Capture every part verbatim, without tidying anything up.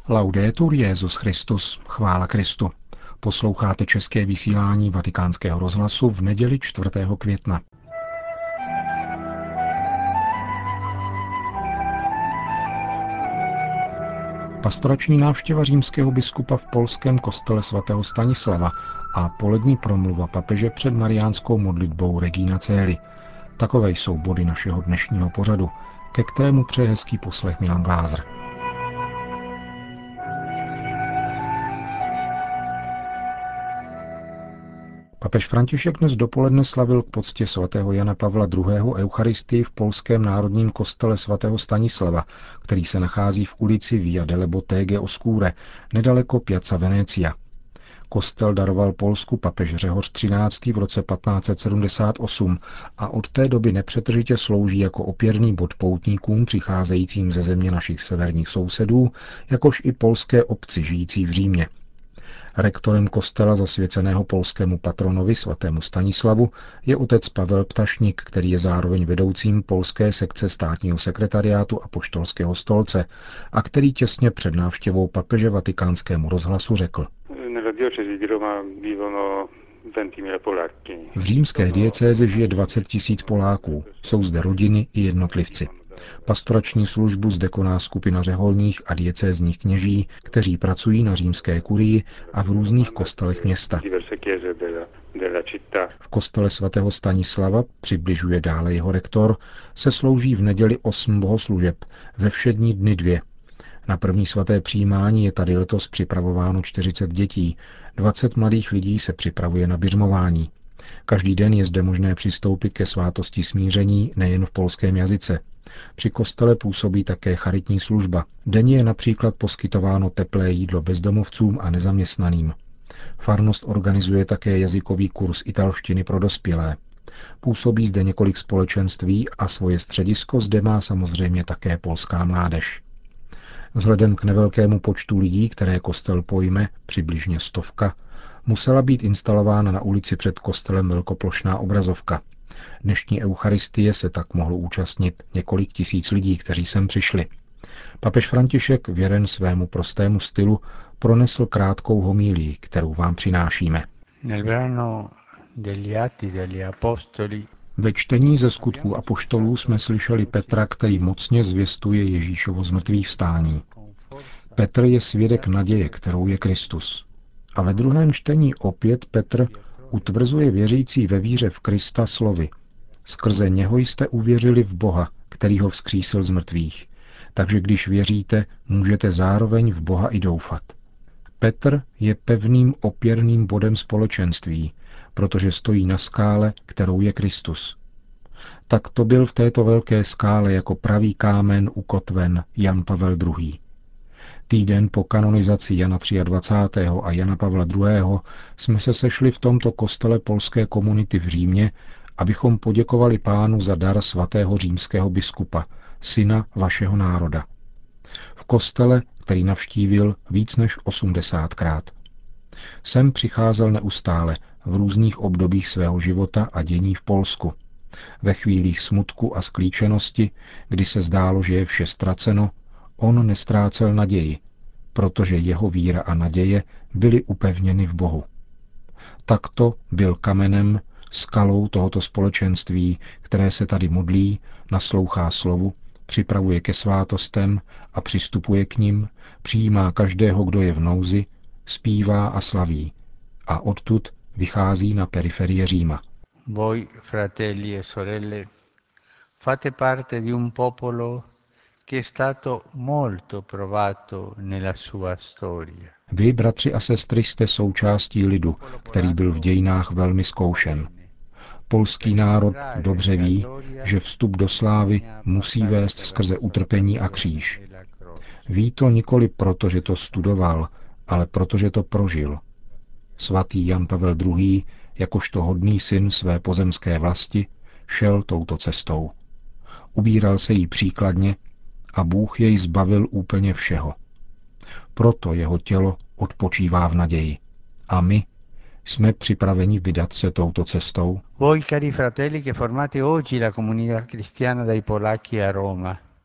Laudetur Jesus Christus, chvála Kristu. Posloucháte české vysílání Vatikánského rozhlasu v neděli čtvrtého května. Pastorační návštěva římského biskupa v polském kostele svatého Stanislava a polední promluva papeže před mariánskou modlitbou Regina Coeli. Takové jsou body našeho dnešního pořadu, ke kterému přeje hezký poslech Milan Glázer. Papež František dnes dopoledne slavil k poctě svatého Jana Pavla druhého. eucharistii v polském národním kostele svatého Stanislava, který se nachází v ulici Via delle Botteghe Oscure, nedaleko Piazza Venezia. Kostel daroval Polsku papež Řehoř třináctý. v roce patnáct set sedmdesát osm a od té doby nepřetržitě slouží jako opěrný bod poutníkům přicházejícím ze země našich severních sousedů, jakož i polské obci žijící v Římě. Rektorem kostela zasvěceného polskému patronovi svatému Stanislavu je otec Pavel Ptašník, který je zároveň vedoucím polské sekce státního sekretariátu Apoštolského stolce a který těsně před návštěvou papeže Vatikánskému rozhlasu řekl: V římské diecézi žije dvacet tisíc Poláků, jsou zde rodiny i jednotlivci. Pastorační službu zde koná skupina řeholních a diecézních kněží, kteří pracují na římské kurii a v různých kostelech města. V kostele svatého Stanislava, přibližuje dále jeho rektor, se slouží v neděli osm bohoslužeb, ve všední dny dvě. Na první svaté přijímání je tady letos připravováno čtyřicet dětí, dvacet mladých lidí se připravuje na biřmování. Každý den je zde možné přistoupit ke svátosti smíření nejen v polském jazyce. Při kostele působí také charitní služba. Denně je například poskytováno teplé jídlo bezdomovcům a nezaměstnaným. Farnost organizuje také jazykový kurz italštiny pro dospělé. Působí zde několik společenství a svoje středisko zde má samozřejmě také polská mládež. Vzhledem k nevelkému počtu lidí, které kostel pojme, přibližně stovka, musela být instalována na ulici před kostelem velkoplošná obrazovka. Dnešní eucharistie se tak mohlo účastnit několik tisíc lidí, kteří sem přišli. Papež František, věren svému prostému stylu, pronesl krátkou homílii, kterou vám přinášíme. Ve čtení ze Skutků apoštolů jsme slyšeli Petra, který mocně zvěstuje Ježíšovo zmrtvýchvstání. Petr je svědek naděje, kterou je Kristus. A ve druhém čtení opět Petr utvrzuje věřící ve víře v Krista slovy: Skrze něho jste uvěřili v Boha, který ho vzkřísil z mrtvých. Takže když věříte, můžete zároveň v Boha i doufat. Petr je pevným opěrným bodem společenství, protože stojí na skále, kterou je Kristus. Tak to byl v této velké skále jako pravý kámen ukotven Jan Pavel druhý. Týden po kanonizaci Jana dvacátého třetího a Jana Pavla druhého. jsme se sešli v tomto kostele polské komunity v Římě, abychom poděkovali Pánu za dar svatého římského biskupa, syna vašeho národa. V kostele, který navštívil víc než osmdesátkrát. Sem přicházel neustále v různých obdobích svého života a dění v Polsku. Ve chvílích smutku a sklíčenosti, kdy se zdálo, že je vše ztraceno, on nestrácel naději, protože jeho víra a naděje byly upevněny v Bohu. Takto byl kamenem, skalou tohoto společenství, které se tady modlí, naslouchá slovu, připravuje ke svátostem a přistupuje k nim, přijímá každého, kdo je v nouzi, zpívá a slaví a odtud vychází na periferie Říma. Voi, fratelli e sorelle, fate parte di un popolo che è stato molto provato nella sua storia. Vy, bratři a sestry, jste součástí lidu, který byl v dějinách velmi zkoušen. Polský národ dobře ví, že vstup do slávy musí vést skrze utrpení a kříž. Ví to nikoli proto, že to studoval, ale protože to prožil. Svatý Jan Pavel druhý., jakožto hodný syn své pozemské vlasti, šel touto cestou. Ubíral se jí příkladně a Bůh jej zbavil úplně všeho. Proto jeho tělo odpočívá v naději. A my jsme připraveni vydat se touto cestou? Voi, cari fratelli, che formate oggi la comunità cristiana dai Polacchi a Roma.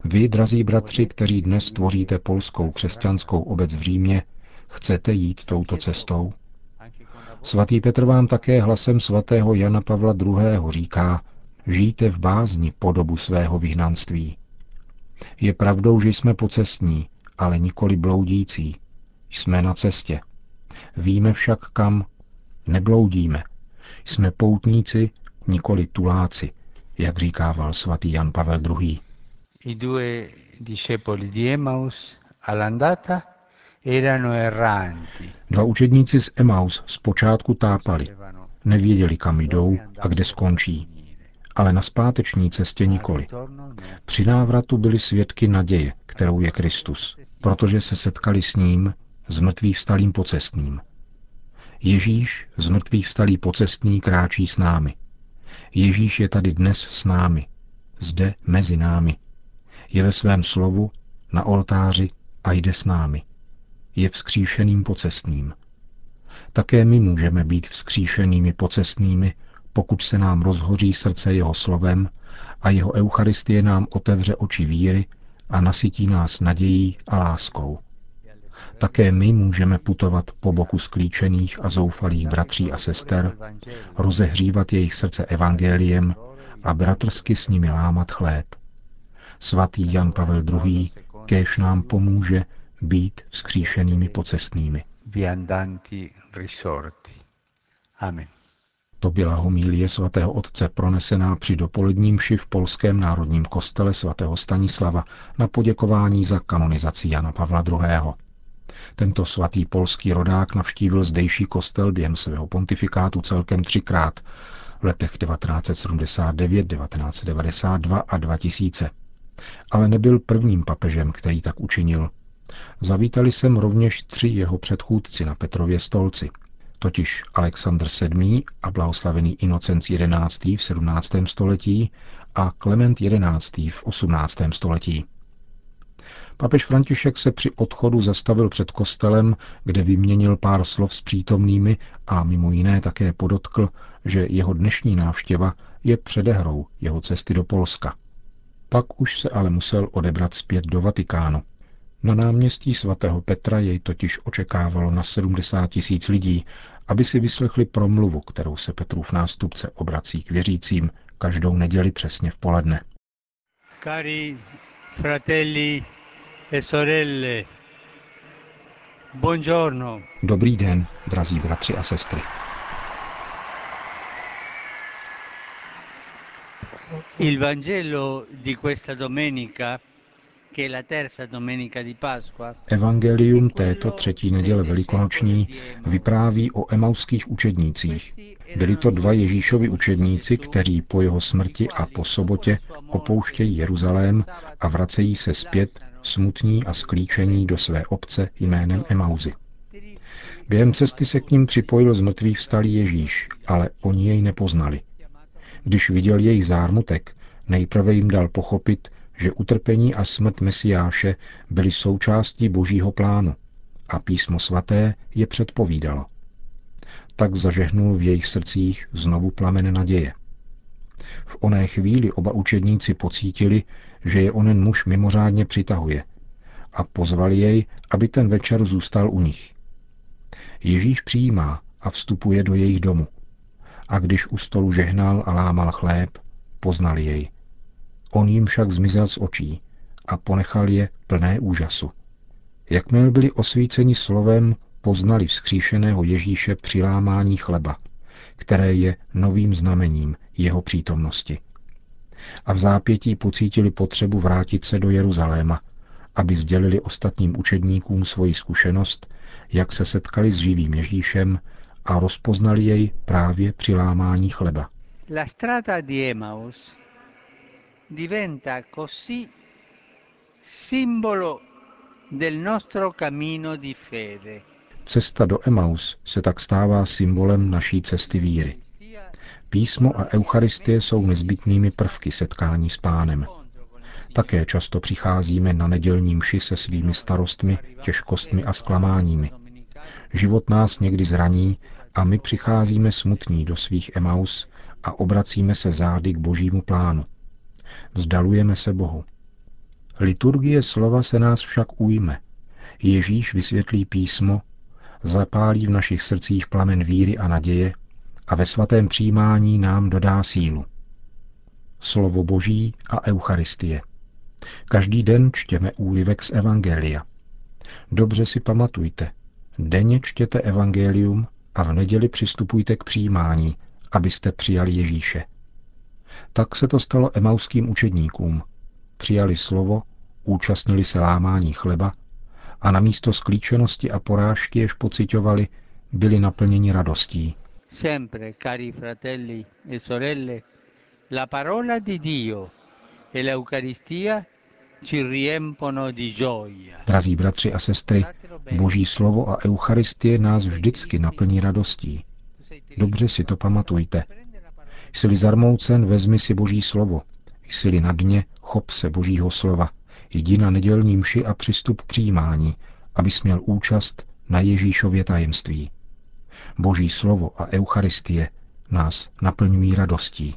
Vy, drazí bratři, kteří dnes tvoříte polskou křesťanskou obec v Římě, chcete jít touto cestou? Svatý Petr vám také hlasem svatého Jana Pavla druhého. říká, žijte v bázni po dobu svého vyhnanství. Je pravdou, že jsme pocestní, ale nikoli bloudící. Jsme na cestě. Víme však kam. Nebloudíme. Jsme poutníci, nikoli tuláci, jak říkával svatý Jan Pavel druhý. I due discepoli di Emmaus all'andata erano erranti. Dva učedníci z Emaus zpočátku tápali. Nevěděli, kam jdou a kde skončí. Ale na zpáteční cestě nikoli. Při návratu byli svědky naděje, kterou je Kristus, protože se setkali s ním, zmrtvýchvstalým pocestným. Ježíš, zmrtvýchvstalý pocestný, kráčí s námi. Ježíš je tady dnes s námi, zde mezi námi. Je ve svém slovu, na oltáři a jde s námi. Je vzkříšeným pocestným. Také my můžeme být vzkříšenými pocestnými, pokud se nám rozhoří srdce jeho slovem a jeho eucharistie nám otevře oči víry a nasytí nás nadějí a láskou. Také my můžeme putovat po boku sklíčených a zoufalých bratří a sester, rozehřívat jejich srdce evangeliem a bratrsky s nimi lámat chléb. Svatý Jan Pavel druhý. kéž nám pomůže být vzkříšenými pocestnými. Amen. To byla homilie svatého otce pronesená při dopoledním mši v polském národním kostele svatého Stanislava na poděkování za kanonizaci Jana Pavla druhého. Tento svatý polský rodák navštívil zdejší kostel během svého pontifikátu celkem třikrát v letech devatenáct set sedmdesát devět, devatenáct set devadesát dva a dva tisíce. Ale nebyl prvním papežem, který tak učinil. Zavítali sem rovněž tři jeho předchůdci na Petrově stolci, totiž Alexandr sedmý. a blahoslavený Inocenc jedenáctý. v sedmnáctém století a Klement jedenáctý. v osmnáctém století. Papež František se při odchodu zastavil před kostelem, kde vyměnil pár slov s přítomnými a mimo jiné také podotkl, že jeho dnešní návštěva je předehrou jeho cesty do Polska. Pak už se ale musel odebrat zpět do Vatikánu. Na náměstí svatého Petra jej totiž očekávalo na sedmdesát tisíc lidí, aby si vyslechli promluvu, kterou se Petrův nástupce obrací k věřícím každou neděli přesně v poledne. Cari fratelli e sorelle, buongiorno. Dobrý den, drazí bratři a sestry. Il Vangelo di questa domenica, che è la terza domenica di Pasqua, Evangelium této třetí neděle velikonoční vypráví o emauských učednících. Byli to dva Ježíšovi učedníci, kteří po jeho smrti a po sobotě opouštějí Jeruzalém a vracejí se zpět, smutní a sklíčení do své obce jménem Emauzy. Během cesty se k ním připojil zmrtvýchvstalý Ježíš, ale oni jej nepoznali. Když viděl jejich zármutek, nejprve jim dal pochopit, že utrpení a smrt Mesiáše byly součástí Božího plánu a Písmo svaté je předpovídalo. Tak zažehnul v jejich srdcích znovu plamen naděje. V oné chvíli oba učedníci pocítili, že je onen muž mimořádně přitahuje a pozvali jej, aby ten večer zůstal u nich. Ježíš přijímá a vstupuje do jejich domu. A když u stolu žehnal a lámal chléb, poznali jej. On jim však zmizel z očí a ponechal je plné úžasu. Jakmile byli osvíceni slovem, poznali vzkříšeného Ježíše při lámání chleba, které je novým znamením jeho přítomnosti. A v zápětí pocítili potřebu vrátit se do Jeruzaléma, aby sdělili ostatním učedníkům svoji zkušenost, jak se setkali s živým Ježíšem a rozpoznali jej právě při lámání chleba. La strada di Emmaus diventa così simbolo del nostro cammino di fede. Cesta do Emaus se tak stává symbolem naší cesty víry. Písmo a Eucharistie jsou nezbytnými prvky setkání s Pánem. Také často přicházíme na nedělní mši se svými starostmi, těžkostmi a zklamáními. Život nás někdy zraní a my přicházíme smutní do svých Emaus a obracíme se zády k Božímu plánu. Vzdalujeme se Bohu. Liturgie slova se nás však ujme. Ježíš vysvětlí písmo, zapálí v našich srdcích plamen víry a naděje a ve svatém přijímání nám dodá sílu. Slovo Boží a Eucharistie. Každý den čtěme úryvek z Evangelia. Dobře si pamatujte, denně čtěte Evangelium a v neděli přistupujte k přijímání, abyste přijali Ježíše. Tak se to stalo emauským učedníkům. Přijali slovo, účastnili se lámání chleba a namísto sklíčenosti a porážky, jež pociťovali, byli naplněni radostí. Sempre, cari fratelli e sorelle, la parola di Dio e l'Eucaristia ci riempono di gioia. Drazí bratři a sestry, Boží slovo a Eucharistie nás vždycky naplní radostí. Dobře si to pamatujte. Jsi-li zarmoucen, vezmi si Boží slovo. Jsi-li na dně, chop se Božího slova. Jdi na nedělní mši a přistup k přijímání, abys měl účast na Ježíšově tajemství. Boží slovo a Eucharistie nás naplňují radostí.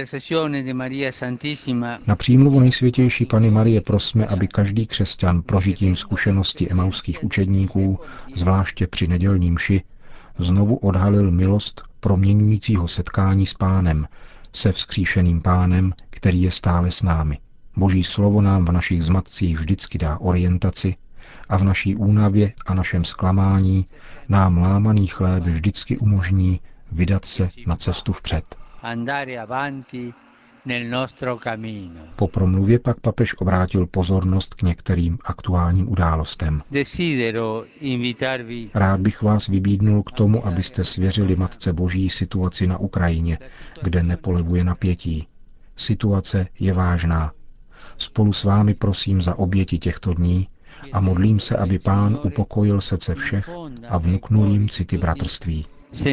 Na přímluvu nejsvětější Panny Marie prosme, aby každý křesťan prožitím zkušenosti emauských učedníků, zvláště při nedělní mši, znovu odhalil milost proměňujícího setkání s Pánem, se vzkříšeným Pánem, který je stále s námi. Boží slovo nám v našich zmatcích vždycky dá orientaci a v naší únavě a našem zklamání nám lámaný chléb vždycky umožní vydat se na cestu vpřed. Po promluvě pak papež obrátil pozornost k některým aktuálním událostem. Rád bych vás vybídnul k tomu, abyste svěřili Matce Boží situaci na Ukrajině, kde nepolevuje napětí. Situace je vážná. Spolu s vámi prosím za oběti těchto dní a modlím se, aby Pán upokojil srdce všech a vnuknul jim city bratrství.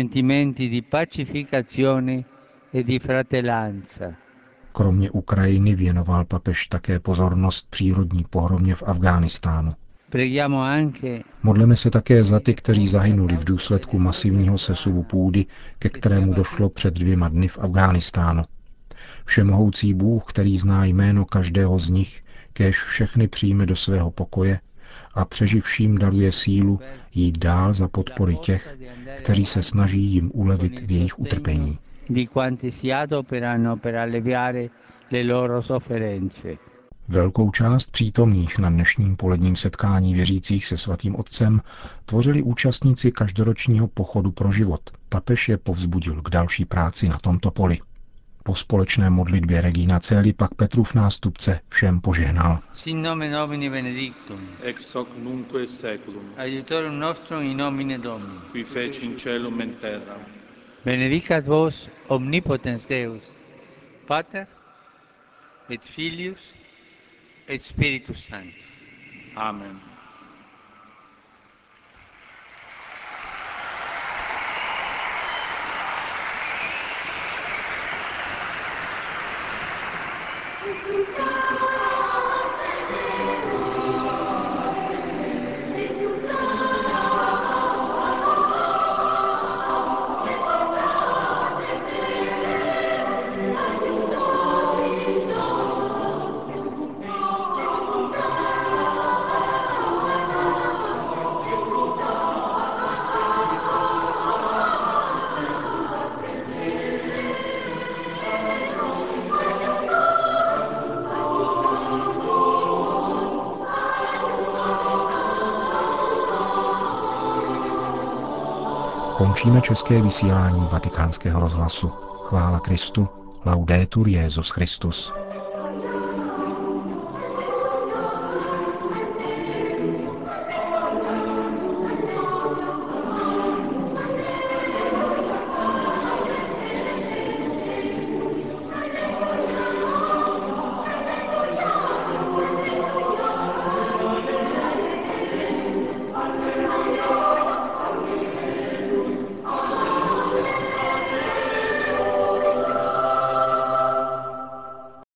Kromě Ukrajiny věnoval papež také pozornost přírodní pohromě v Afghánistánu. Modleme se také za ty, kteří zahynuli v důsledku masivního sesuvu půdy, ke kterému došlo před dvěma dny v Afghánistánu. Všemohoucí Bůh, který zná jméno každého z nich, kéž všechny přijme do svého pokoje a přeživším daruje sílu jít dál za podpory těch, kteří se snaží jim ulevit v jejich utrpení. Velkou část přítomných na dnešním poledním setkání věřících se svatým otcem tvořili účastníci každoročního pochodu pro život. Papež je povzbudil k další práci na tomto poli. Po společné modlitbě Regina Coeli pak Petrův nástupce všem požehnal. Sin nomen Domini benedictum. Ex hoc nunc et saeculum. Aiutorium nostrum in nomine Domini. Qui feci in caelum et terra. Benedicat vos omnipotens Deus, Pater et Filius et Spiritus Sanctus. Amen. Končíme české vysílání Vatikánského rozhlasu. Chvála Kristu, laudetur Jesus Christus.